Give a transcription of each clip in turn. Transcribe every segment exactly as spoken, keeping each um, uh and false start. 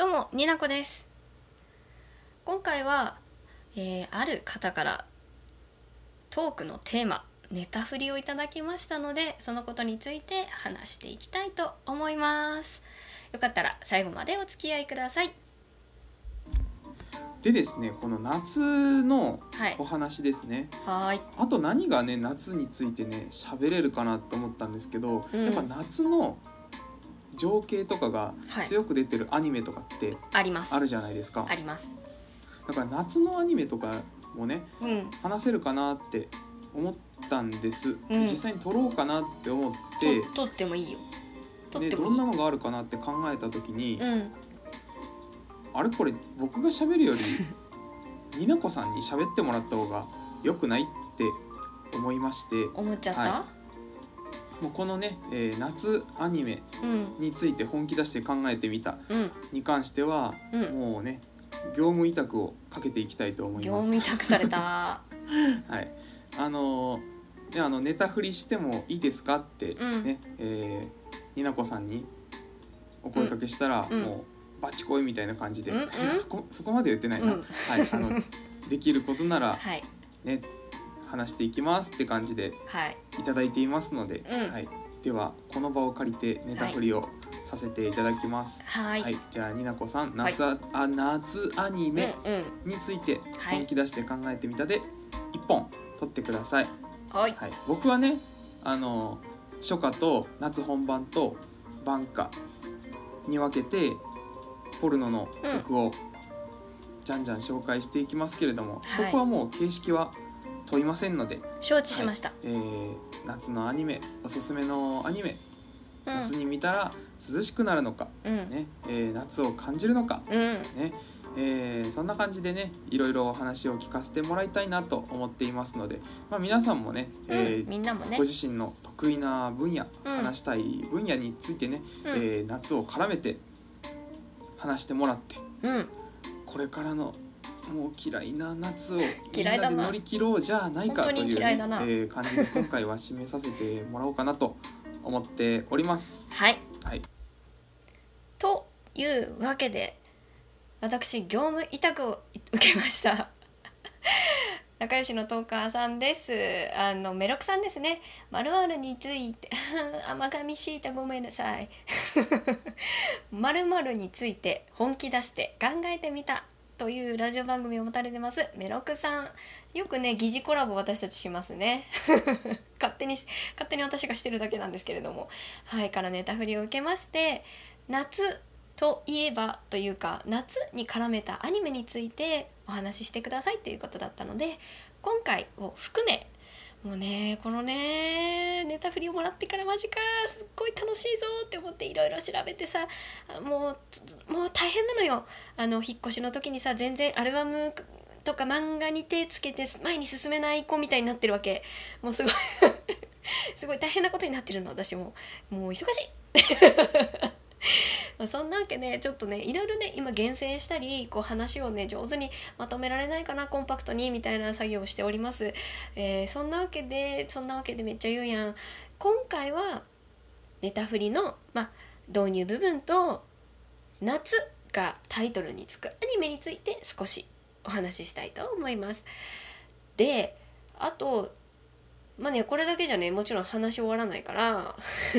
どうもになこです。今回は、えー、ある方からトークのテーマネタ振りをいただきましたので、そのことについて話していきたいと思います。よかったら最後までお付き合いください。 でですね、この夏のはいお話ですね、 はーいあと何がね夏についてね喋れるかなと思ったんですけど、 うんやっぱ夏の情景とかがはい強く出てるアニメとかってありますあるじゃないですか。 ありますだから夏のアニメとかもねうん話せるかなって思ったんです、 うん実際に撮ろうかなって思ってと撮ってもいいよ撮っでてもいいどんなのがあるかなって考えた時に、 うんあれこれ僕が喋るよりになこさんに喋ってもらった方が良くないって思いまして、 思っちゃった、 はもうこのね、えー夏アニメうんについて本気出して考えてみたうんに関しては、 うんもうね業務委託をかけていきたいと思い業ます。 務委託されたはいあのーね、あのネタ振りしてもいいですかってね、 うんえーになこさんにお声かけしたら、 うんもうバッチコイみたいな感じで、 うんうんそこそこまで言ってないな、 うんはいあのできることならはいね話していきますって感じではいいただいていますので、 うんはい、ではこの場を借りてネタ振りをさせていただきます。 はいはい、じゃあになこさん夏あ、あ夏アニメうんうんについてはい本気出して考えてみたでいっぽん取ってください。 はいはい、僕はねあの初夏と夏本番と晩夏に分けてポルノの曲をじゃんじゃん紹介していきますけれども、 はいそこはもう形式は問いませんので、 承知しました、 はいえー夏のアニメおすすめのアニメ、 うん夏に見たら涼しくなるのか、 うんねえー夏を感じるのか、 うんねえーそんな感じでねいろいろお話を聞かせてもらいたいなと思っていますので、まあ、皆さんもね、 うんえーみんなもねご自身の得意な分野、 うん話したい分野についてね、 うんえー夏を絡めて話してもらって、 うんこれからのもう嫌いな夏をみん嫌いだななで乗り切ろうじゃないかという、 本当に嫌いだなねえー感じで今回は締めさせてもらおうかなと思っております。 はいはい、 というわけで私業務委託を受けました仲良しのトーカーさんです。あのメロクさんですね。〇〇について甘噛みしいたごめんなさい〇〇について本気出して考えてみたというラジオ番組を持たれてますメロクさん。よくね疑似コラボ私たちしますね勝手に勝手に私がしてるだけなんですけれども、はいからネタ振りを受けまして、夏といえばというか夏に絡めたアニメについてお話ししてくださいということだったので、今回を含めもうねこのねネタ振りをもらってからマジかすっごい楽しいぞって思っていろいろ調べてさ、もうもう大変なのよ。あの引っ越しの時にさ全然アルバムとか漫画に手つけて前に進めない子みたいになってるわけ。もうすごいすごい大変なことになってるの私ももう忙しいまあそんなわけでちょっとねいろいろね今厳選したりこう話をね上手にまとめられないかなコンパクトにみたいな作業をしております。えー、そんなわけでそんなわけでめっちゃ言うやん。今回はネタ振りの、まあ、導入部分と夏がタイトルにつくアニメについて少しお話ししたいと思います。であとまあねこれだけじゃねもちろん話終わらないから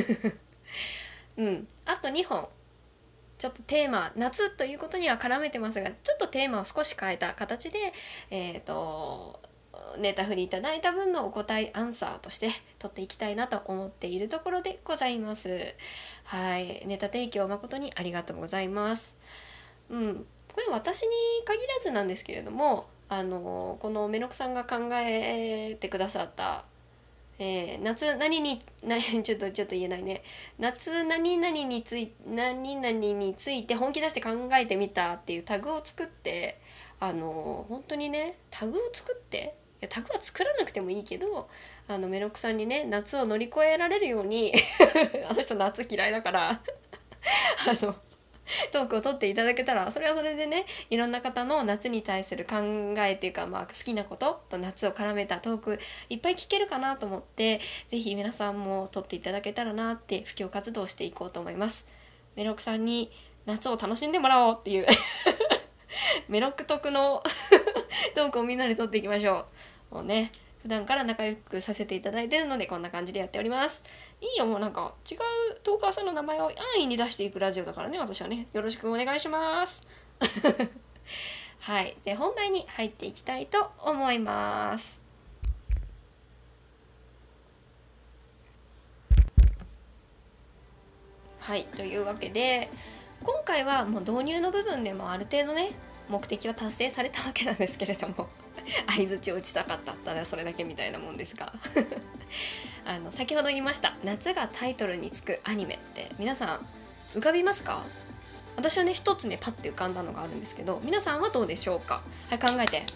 うんあとにほんちょっとテーマ夏ということには絡めてますが、ちょっとテーマを少し変えた形でえっとネタ振りいただいた分のお答えアンサーとして取っていきたいなと思っているところでございます。はいネタ提供誠にありがとうございます。うんこれ私に限らずなんですけれども、あのこのメロクさんが考えてくださったえー、夏何になちょっとちょっと言えないね夏何々につい何々について本気出して考えてみたっていうタグを作って、あの本当にねタグを作っていやタグは作らなくてもいいけどあのメロクさんにね夏を乗り越えられるようにあの人夏嫌いだからあのトークを取っていただけたらそれはそれでねいろんな方の夏に対する考えっていうか、まあ、好きなことと夏を絡めたトークいっぱい聞けるかなと思ってぜひ皆さんも取っていただけたらなって布教活動していこうと思います。メロクさんに夏を楽しんでもらおうっていうメロクトクのトークをみんなで撮っていきましょう。もうね、普段から仲良くさせていただいてるのでこんな感じでやっております。いいよ、もうなんか違うトーカーさんの名前を安易に出していくラジオだからね、私はね。よろしくお願いしますはい、で本題に入っていきたいと思います。はい、というわけで今回はもう導入の部分でもある程度ね目的は達成されたわけなんですけれども相槌を打ちたかったただそれだけみたいなもんですがあの先ほど言いました夏がタイトルにつくアニメって皆さん浮かびますか？私はね一つねパッて浮かんだのがあるんですけど、皆さんはどうでしょうか？はい、考えて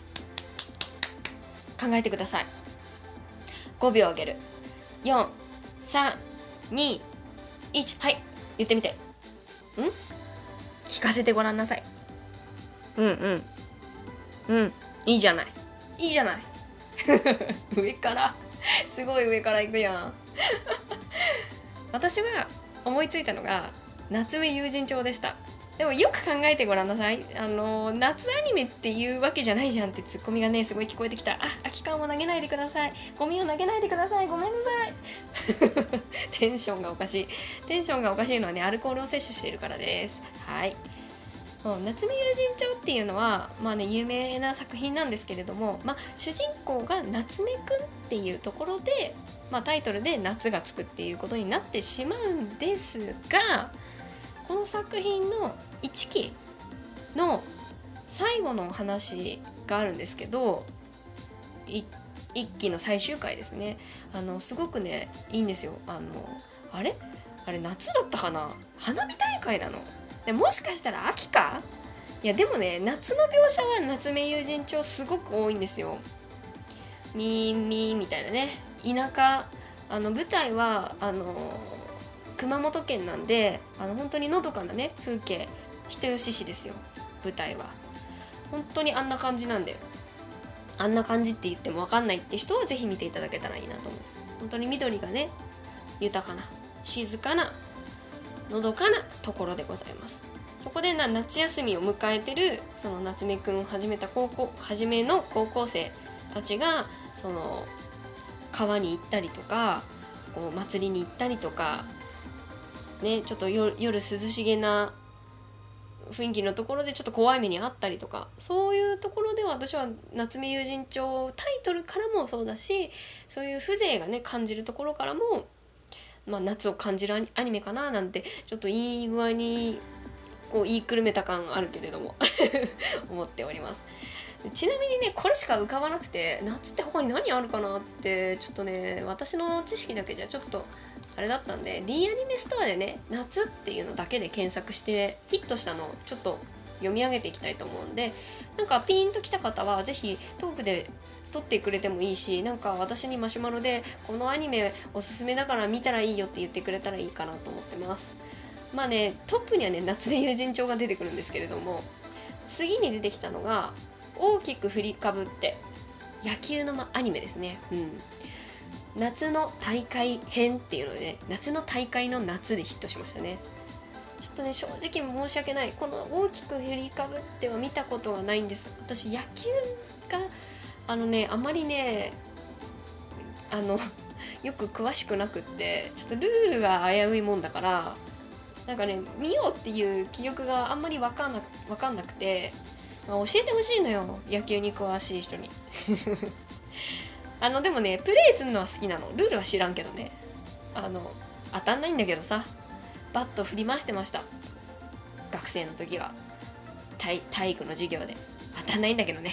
考えてください。ごびょうあげる。よん、さん、に、いち、はい、言ってみて。ん？聞かせてごらんなさい。うんうんうんいいじゃないいいじゃない上からすごい上から行くやん私は思いついたのが夏目友人帳でした。でもよく考えてごらんなさい。あの夏アニメっていうわけじゃないじゃんってツッコミがねすごい聞こえてきた。あ、空き缶を投げないでください、ゴミを投げないでください、ごめんなさいテンションがおかしいテンションがおかしいのはねアルコールを摂取しているからです。はい、夏目友人帳っていうのはまあね有名な作品なんですけれども、まあ、主人公が夏目くんっていうところで、まあ、タイトルで夏がつくっていうことになってしまうんですが、この作品のいっきの最後の話があるんですけど、いいっきの最終回ですね。あのすごくねいいんですよ。あのあれあれ夏だったかな、花火大会なので、もしかしたら秋か。いやでもね夏の描写は夏目友人帳すごく多いんですよ。みーみーみたいなね、田舎、あの舞台はあの熊本県なんで、あの本当にのどかなね風景、人吉市ですよ。舞台は本当にあんな感じなんで、あんな感じって言っても分かんないって人はぜひ見ていただけたらいいなと思うんです。本当に緑がね豊かな静かなのどかなところでございます。そこでな夏休みを迎えてるその夏目くんを始めた高校初めの高校生たちがその川に行ったりとか、こう祭りに行ったりとかね、ちょっと夜涼しげな雰囲気のところでちょっと怖い目にあったりとか、そういうところでは私は夏目友人帳タイトルからもそうだし、そういう風情がね感じるところからも、まあ、夏を感じるアニメかななんてちょっといい具合にこう言いくるめた感あるけれども思っております。ちなみにねこれしか浮かばなくて、夏って他に何あるかなってちょっとね私の知識だけじゃちょっとあれだったんで、 D アニメストアでね夏っていうのだけで検索してヒットしたのをちょっと読み上げていきたいと思うんで、なんかピンときた方はぜひトークで撮ってくれてもいいし、なんか私にマシュマロでこのアニメおすすめだから見たらいいよって言ってくれたらいいかなと思ってます。まあねトップにはね夏目友人帳が出てくるんですけれども、次に出てきたのが大きく振りかぶって野球のアニメですね。うん、夏の大会編っていうので、ね、夏の大会の夏でヒットしましたね。ちょっとね正直申し訳ない、この大きく振りかぶっては見たことがないんです。私野球があのねあまりねあのよく詳しくなくって、ちょっとルールが危ういもんだから、なんかね見ようっていう記憶があんまり分かんな分かんなくて、教えてほしいのよ野球に詳しい人にあのでもねプレイするのは好きなの。ルールは知らんけどね、あの当たんないんだけどさ、バット振り回してました学生の時は。 体, 体育の授業で当たんないんだけどね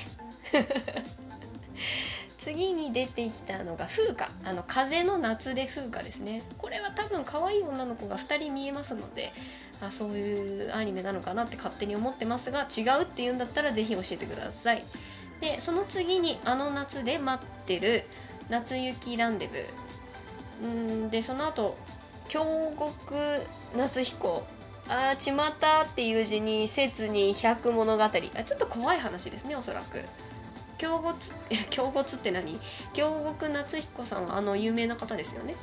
次に出てきたのが風花、あの風の夏で風花ですね。これは多分可愛い女の子がふたり見えますので、あそういうアニメなのかなって勝手に思ってますが、違うっていうんだったらぜひ教えてください。でその次にあの夏で待ってる夏雪ランデブーんで、その後京極夏彦、あちまたっていう字に節に百物語、あちょっと怖い話ですねおそらく。京極京極って何京極夏彦さんはあの有名な方ですよね。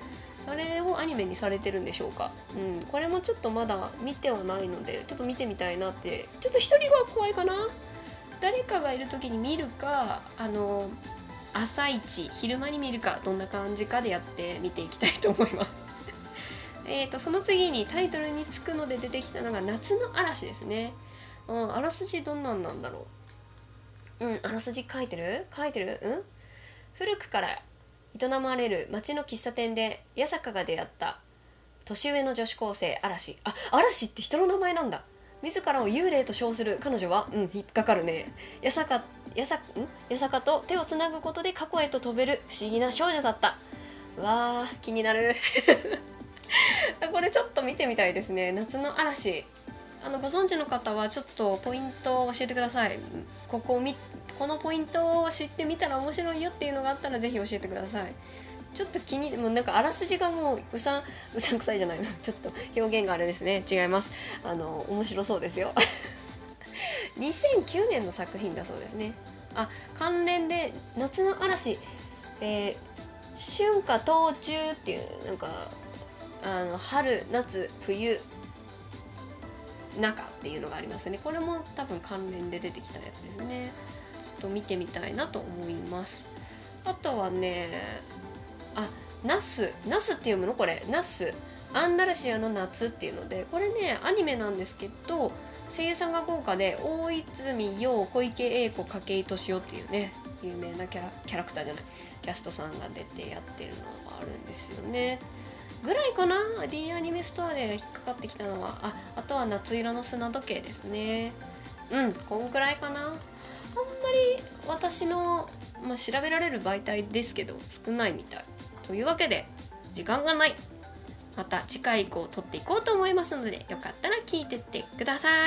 あれをアニメにされてるんでしょうか。うん、これもちょっとまだ見てはないのでちょっと見てみたいなって。ちょっと一人は怖いかな。誰かがいる時に見るか、あの朝一昼間に見るか、どんな感じかでやって見ていきたいと思いますえーとその次にタイトルにつくので出てきたのが夏の嵐ですね。うん、あらすじどんなんなんだろう。うん、あらすじ書いてる書いてるうん古くから営まれる町の喫茶店で八坂が出会った年上の女子高生嵐。あ、嵐って人の名前なんだ。自らを幽霊と称する彼女は、うん、引っかかるね。八坂、八坂、ん八坂と手をつなぐことで過去へと飛べる不思議な少女だった。うわー、気になるこれちょっと見てみたいですね。夏の嵐、あのご存知の方はちょっとポイントを教えてください。ここみこのポイントを知ってみたら面白いよっていうのがあったらぜひ教えてください。ちょっと気にもうなんかあらすじがもううさんうさんくさいじゃないのちょっと表現があれですね。違います。あの面白そうですよにせんきゅうねんの作品だそうですね。あ、関連で夏の嵐、えー、春夏冬中っていうなんかあの春夏冬中っていうのがありますね。これも多分関連で出てきたやつですね。ちょっと見てみたいなと思います。あとはね、あ、ナスナスって読むのこれ。ナスアンダルシアの夏っていうので、これねアニメなんですけど声優さんが豪華で大泉洋、小池栄子、筧利夫っていうね有名なキャラキャラクターじゃないキャストさんが出てやってるのがあるんですよね。ぐらいかな。 D アニメストアで引っかかってきたのは、ああとは夏色の砂時計ですね。うん、こんくらいかな。あんまり私の、まあ、調べられる媒体ですけど少ないみたいというわけで時間がない。また次回以降撮っていこうと思いますのでよかったら聞いてってください。